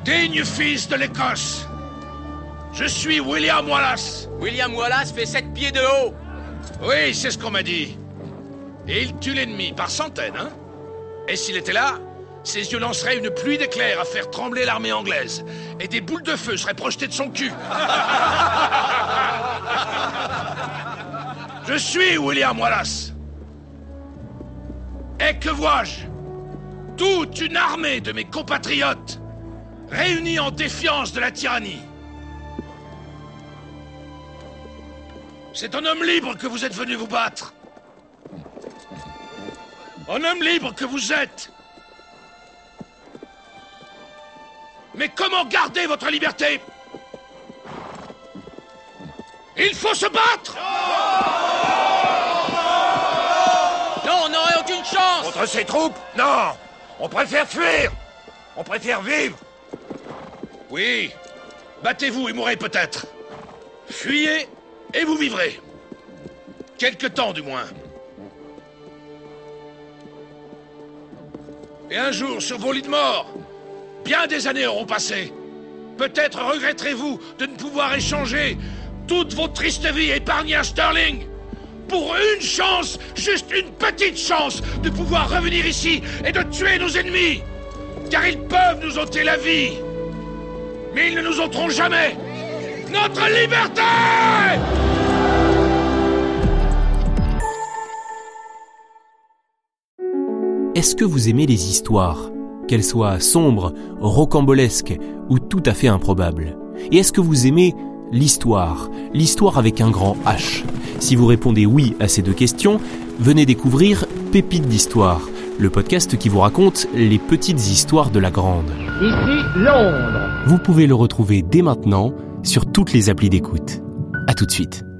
Digne fils de l'Écosse, je suis William Wallace. William Wallace fait 7 pieds de haut. Oui, c'est ce qu'on m'a dit. Et il tue l'ennemi par centaines, hein? Et s'il était là, ses yeux lanceraient une pluie d'éclairs à faire trembler l'armée anglaise. Et des boules de feu seraient projetées de son cul. Je suis William Wallace. Et que vois-je? Toute une armée de mes compatriotes, réunis en défiance de la tyrannie. C'est un homme libre que vous êtes venu vous battre. Un homme libre que vous êtes. Mais comment garder votre liberté? Il faut se battre! Non, on n'aurait aucune chance! Contre ces troupes? Non! On préfère fuir! On préfère vivre! Oui, battez-vous et mourrez peut-être. Fuyez et vous vivrez. Quelque temps du moins. Et un jour, sur vos lits de mort, bien des années auront passé. Peut-être regretterez-vous de ne pouvoir échanger toute vos tristes vies épargnées à Stirling pour une chance, juste une petite chance, de pouvoir revenir ici et de tuer nos ennemis. Car ils peuvent nous ôter la vie, mais ils ne nous ôteront jamais notre liberté! Est-ce que vous aimez les histoires, qu'elles soient sombres, rocambolesques ou tout à fait improbables? Et est-ce que vous aimez l'histoire avec un grand H? Si vous répondez oui à ces deux questions, venez découvrir Pépites d'Histoire, le podcast qui vous raconte les petites histoires de la grande. Ici Londres. Vous pouvez le retrouver dès maintenant sur toutes les applis d'écoute. À tout de suite.